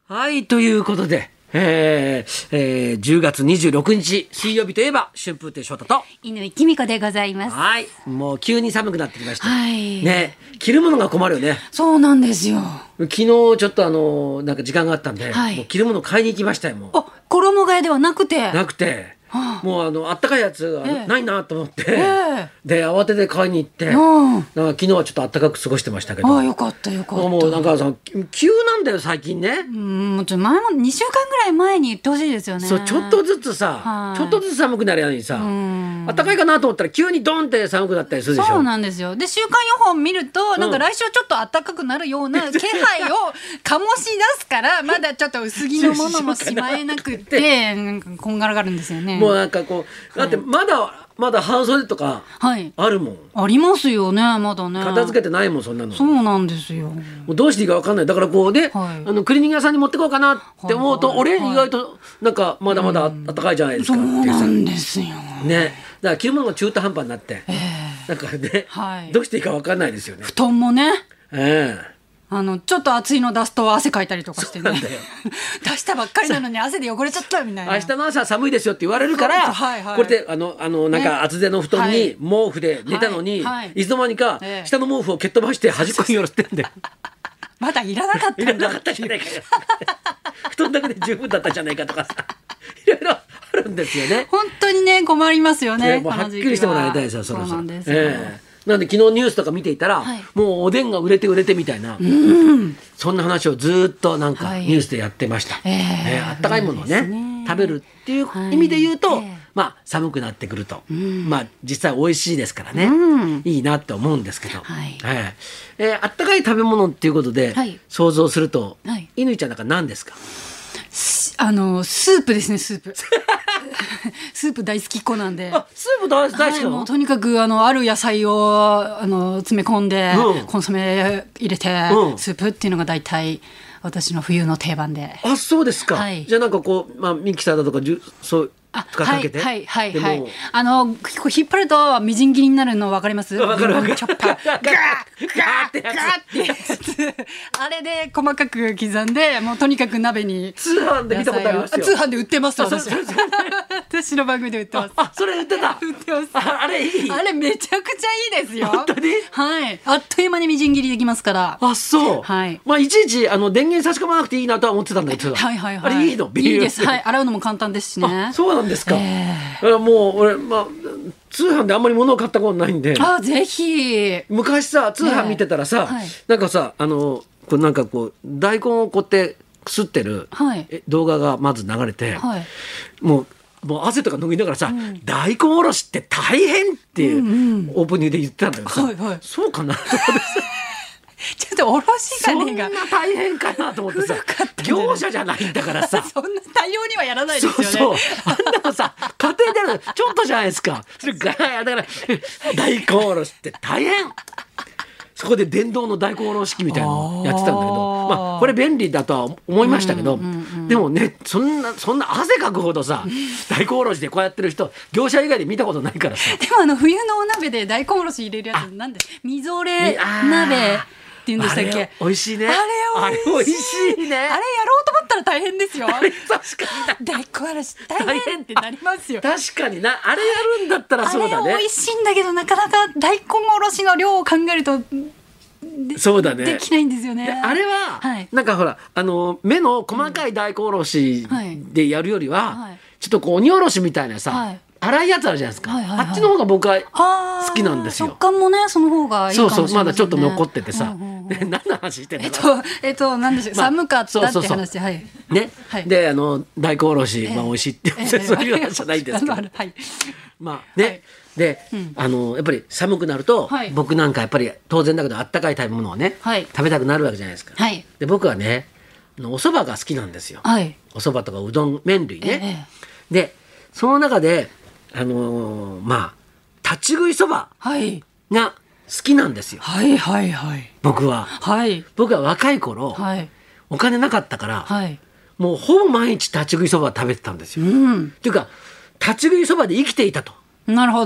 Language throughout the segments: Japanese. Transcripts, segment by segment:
はい、ということで、10月26日水曜日といえば春風亭昇太と乾きみこでございます。 はい、もう急に寒くなってきました、 はいね、着るものが困るよね。 そうなんですよ。 昨日ちょっとなんか時間があったんで、 はいもう着るもの買いに行きましたよ。もう衣替えではなくて。 なくて、 はあもうあったかいやつがないなと思って、で慌てて買いに行って、 うんなんか昨日はちょっとあったかく過ごしてましたけど、 よかったよかった。 もうなんかさ急なんだよ最近ね。 もう前も2週間ぐらい前に言ってほしいですよね。 そうちょっとずつさ、 はいちょっとずつ寒くなるようにさ、 ん暖かいかなと思ったら急にドンって寒くなったりするでしょ。 そうなんですよ。で週間予報見るとなんか来週ちょっと暖かくなるような気配を醸し出すからまだちょっと薄着のものもしまえなくってなんかこんがらがるんですよね。 もうなんかこうだってまだ半袖とかはいあるもん、 ありますよねまだね。 片付けてないもんそんなの。 そうなんですよ。 もうどうしていいか分かんない。だからこうね、 はいクリーニング屋さんに持ってこうかなって思うと、 はいはい俺意外となんかまだまだ暖かいじゃないですそうかっていうさなんですよ。 ね、だから着るものが中途半端になって、なんかね、 はいどうしていいか分かんないですよね。 布団もねえちょっと暑いの出すと汗かいたりとかしてねそうなんだよ出したばっかりなのに汗で汚れちゃったみたいな。 明日の朝寒いですよって言われるから、 はいはいこれでなんか厚手の布団に毛布で寝たのに、 はいはいいつの間にかええ下の毛布を蹴っ飛ばして端っこに寄らせてんだよ。 まだいらなかったいらなかったじゃないかよ布団だけで十分だったじゃないかとかさいろいろあるんですよね。 本当にね困りますよね。 もうはっきりしてもらいたいですよそろそろ。 そうなんですよ。 なんで昨日ニュースとか見ていたら、 はいもうおでんが売れてみたいな、そんな話をずっとなんかはいニュースでやってました。あったかいものをいいですねね食べるっていう意味で言うと、 はいまあ寒くなってくると、まあ実際美味しいですからね、いいなって思うんですけど、 はいあったかい食べ物っていうことで、 はい想像すると、 はい乾ちゃんなんか何ですか？ スープですねスープスープ大好きっ子なんで。 あ、スープ大好きなはい、 の？ もうとにかくある野菜を詰め込んで、コンソメ入れて、スープっていうのが大体私の冬の定番で。 あ、そうですか。 はいじゃあなんかこう、まあ、ミキサーだとかそうかけて、 はいはいでもはい。こう引っ張るとみじん切りになるの分かります？ わかるわかるチョッパーガーガーってやつガーってやつあれで細かく刻んでもうとにかく鍋に通販で見たことありますよ。 通販で売ってます私。 それ私の番組で売ってます。 あ、それ売ってた。 売ってます。 あれいい。 あれめちゃくちゃいいですよ。 本当に？ はい。あっという間にみじん切りできますから。 あ、そう。 はいまあいちいち電源差し込まなくていいなとは思ってたんだけど。 はいはいはい。 あれいいの？ いいです。はい。洗うのも簡単ですしね。 あ、そうなんですか。もう俺通販であんまり物を買ったことないんで。 ぜひ。 昔さ通販見てたらさ、 はいなんかさこうなんかこう大根をこうやってすってる、 はい動画がまず流れて、 はい。 もう汗とか脱ぎながらさ、大根おろしって大変っていうオープニングで言ってたんだけどさ、 はいはいそうかなと思ってさちょっとおろしそん金がな大変かなと思ってさ古かったんじゃない業者じゃないんだからさそんな対応にはやらないですそうよね。 そうあんなのさ家庭でやるのちょっとじゃないですか。それだから大根おろしって大変。そこで電動の大根おろし器みたいなのやってたんだけど、まあこれ便利だとは思いましたけど、でもねそんな汗かくほどさ大根おろしでこうやってる人業者以外で見たことないからさ。 でも冬のお鍋で大根おろし入れるやつなんでみぞれ鍋って言うんでしたっけ？ 美味しいね。 あれ美味しいあれ美味しいね。 あれやろうと思ったら大変ですよ。 確かに大根おろし大変ってなりますよ。 確かになあれやるんだったらそうだね。 あれ美味しいんだけどなかなか大根おろしの量を考えるとそうだね。 できないんですよね。 であれは、 はいなんかほら目の細かい大根おろしでやるよりは、 はいちょっとこう鬼おろしみたいなさ、 はい粗いやつあるじゃないですか、 はいはいはいあっちの方が僕は好きなんですよ食感もねその方がいいかそうもしれませんね。 そうまだちょっと残っててさ、 うんうんうんで何の話してんだろうなんでしょう、 まあ寒かったってそうそう話はい。 ね、 はいで大根おろし、まあ、美味しいって、そういう話じゃないんですけど、 はい。 まあね、 はいで、やっぱり寒くなると、 はい僕なんかやっぱり当然だけどあったかい食べ物をね、 はい食べたくなるわけじゃないですか、 はいで僕はねお蕎麦が好きなんですよ、 はい。 お蕎麦とかうどん麺類ね、 えでその中でまあ立ち食いそばはいが好きなんですよはいはいはい僕は。 はい僕は若い頃、 はいお金なかったから、 はい。 もうほぼ毎日立ち食いそば食べてたんですよ、っていうか立ち食いそばで生きていたとなるほど。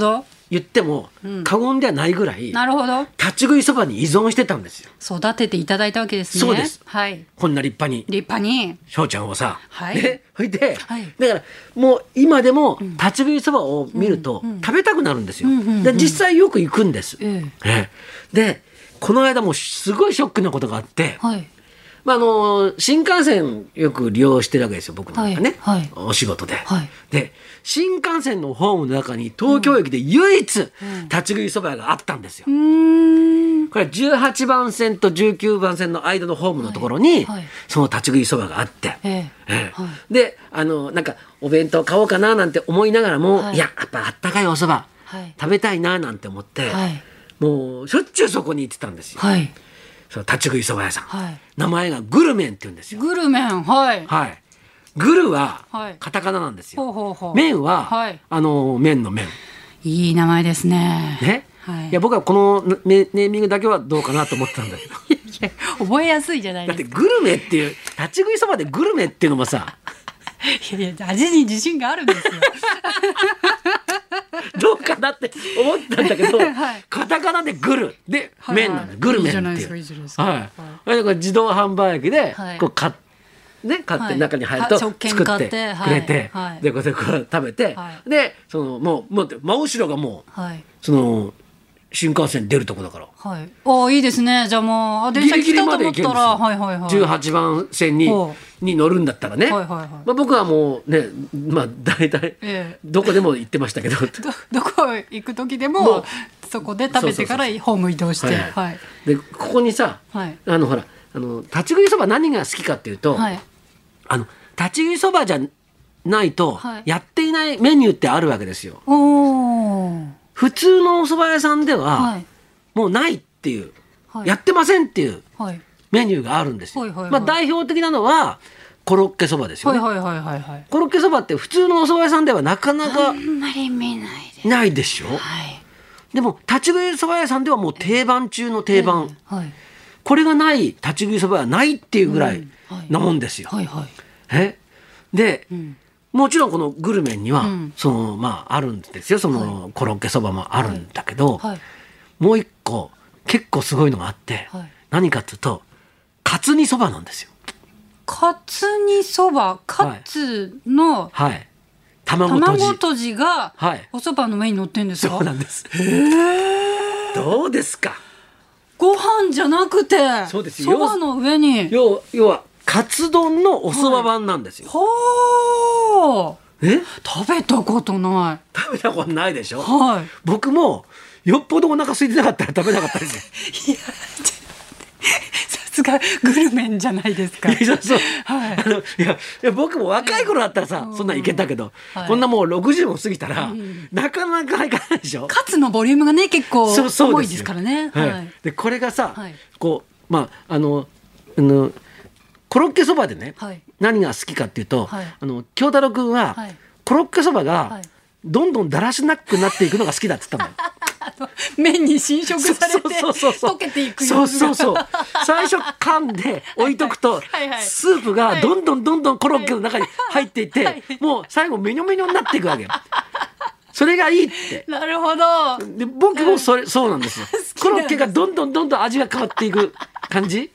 言っても過言ではないぐらい、 なるほど。 立ち食いそばに依存してたんですよ。 育てていただいたわけですね。 そうです。 はい。 こんな立派に立派に。 翔ちゃんをさ、 はいね、それで、 はいだからもう今でも立ち食いそばを見ると食べたくなるんですよ。で実際よく行くんです。 えでこの間もすごいショックなことがあって、 はい。 新幹線よく利用してるわけですよ、僕なんかね、 はいはいお仕事で。 はいで新幹線のホームの中に東京駅で唯一立ち食いそば屋があったんですよ。これ18番線と19番線の間のホームのところに、 はいはいその立ち食いそばがあって、 ええはいでなんかお弁当買おうかななんて思いながらも、 はいやっぱあったかいおそば、 はい食べたいななんて思って、 はいもうしょっちゅうそこに行ってたんですよ、 はい。 その立ち食いそば屋さん、 はい名前がグルメンって言うんですよ。 グルメン、はい。 はい、グルははいカタカナなんですよ、 ほうほうほう。 麺は、 はい麺の麺いい名前ですね。 ね、 はいいや僕はこのネーミングだけはどうかなと思ってたんだけどいや覚えやすいじゃないだってですか。 グルメっていう立ち食いそばでグルメっていうのもさいやいや、味に自信があるんですよ。 どうかなって思ったんだけど、 はいカタカナでグルではい麺なんで、グルメンっていいじゃないですかいう。 いいじゃないですかはい。それでこれ自動販売機ではいこう買って中に入るとはい食券作って買ってくれて、 はいはいでこれでこう食べて、 はいでもう真後ろがもうはい。 新幹線出るとこだから。 はい。おいいですね。じゃあもう電車来たと思ったら、はいはいはい。 18番線にほ乗るんだったらね、 はいはいはい僕はもうね大体ええどこでも行ってましたけど、 どこ行く時でももうそこで食べてからホーム移動して、 はいはいでここにさ、 はいほら立ち食いそば何が好きかっていうと、 はい立ち食いそばじゃないとはいやっていないメニューってあるわけですよ。 おー普通のお蕎麦屋さんでは、 はいもうないっていう、 はいやってませんっていうはいメニューがあるんですよ。 はいはいはいまあ、代表的なのはコロッケそばですよね。 はいはいはいはいはい。 コロッケそばって普通のお蕎麦屋さんではなかなかあんまり見ないです。 ないでしょ。 はいでも立ち食いそば屋さんではもう定番中の定番、 はいこれがない立ち食いそばはないっていうぐらいはいなもんですよ。 はいはい。 で、 んもちろんこのグルメには、 んあるんですよ、コロッケそばもあるんだけど、 はいもう一個結構すごいのがあって、 はい何かっていうとカツ煮そばなんですよ。 カツ煮そば、カツのはい卵とじ卵とじがはいおそばの上に乗ってんですか。 そうなんです。どうですか。 ご飯じゃなくてそうですそばの上に。 要はカツ丼のおそば版なんですよ。 ほーえ食べたことな食べたことないでしょ。 い。はい。 僕もよっぽどお腹空いてなかったら食べなかったですよ。 いや、さすがグルメンじゃないですか。 いやそうはいいや僕も若い頃だったらさ、そんなんいけたけど、 はいこんなもう60も過ぎたら、なかなかいかないでしょ。 カツのボリュームがね結構そう多いですからね。 はいはい。 でこれがさ、 はいこうコロッケそばでね、 はい何が好きかっていうと、 はい京太郎君は、 はいコロッケそばはがいどんどんだらしなくなっていくのが好きだって言ったのよ。 麺に浸食されて溶けていく様子が。 そう最初噛んで置いとくとはいはいスープがどんどんコロッケの中に入っていって、 はいもう最後メニョメニョになっていくわけよ。それがいいってなるほど。 で僕もそうなんですよ。 きコロッケがどんどん味が変わっていく感じ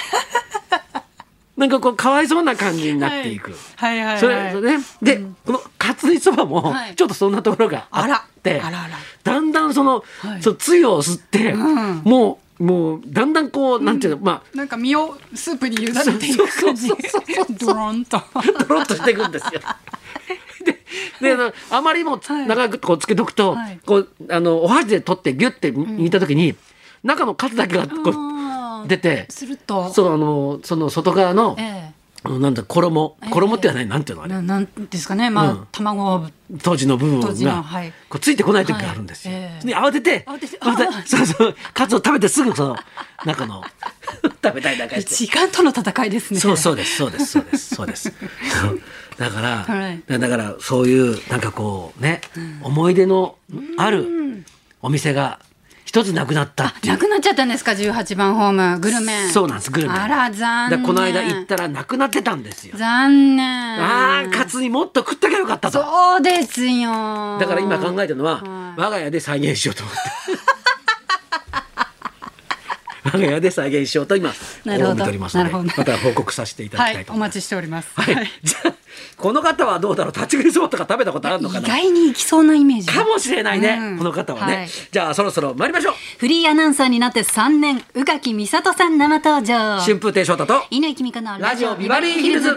なんかこうかわいそうな感じになっていく、 はいはいはい。 それね、で、このカツ煮そばもはいちょっとそんなところがあって、 あらあらだんだんはいつゆを吸って、 んもうだんだんこうなんていうの、 なんか身をスープに委ねていく感じ。ドロンと。 ドロッとしていくんですよ。であまりにも長くこうつけとくと、 はいこうお箸で取ってギュッて煮た時に、中のカツだけがこうあー出て、 すると。 その外側の、 えなんだ衣ってはない、なんていうのあれ、 なんですかね。まあ、 うん卵。 当時の部分当時のが、 はいこうついてこない時があるんですよ。 はいええで慌ててそうカツを食べてすぐその中の食べたいなんかして。 時間との戦いですね。 そうですだから、 はいだからそういうなんかこうね、思い出のあるお店が一つなくなったっていう。 なくなっちゃったんですか。18番ホームグルメ。 そうなんですグルメ。 あら残念。 だからこの間行ったらなくなってたんですよ。 残念。 ああカツにもっと食ったきゃよかったと。 そうですよ。 だから今考えてるのは、 はい我が家で再現しようと思って我が家で再現しようと今試みておりますので、また報告させていただきたいと思います。 お待ちしております。 はい、じゃあこの方はどうだろう、立ち食いそばとか食べたことあるのかな。 意外にいきそうなイメージかもしれないね、この方はね、 はい、 じゃあそろそろ参りましょう。 フリーアナウンサーになって3年、宇垣美里さん生登場。 春風亭昇太と乾きみかのラジオビバリーヒルズ。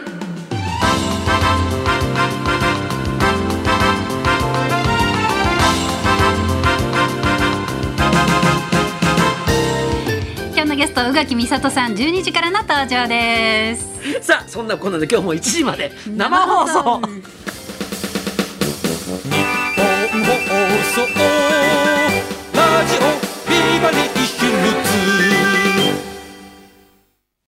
ゲスト宇垣美里さん12時からの登場です。 さあそんなこんなで今日も1時まで生放送。日本放送ラジオビバリーヒルズ。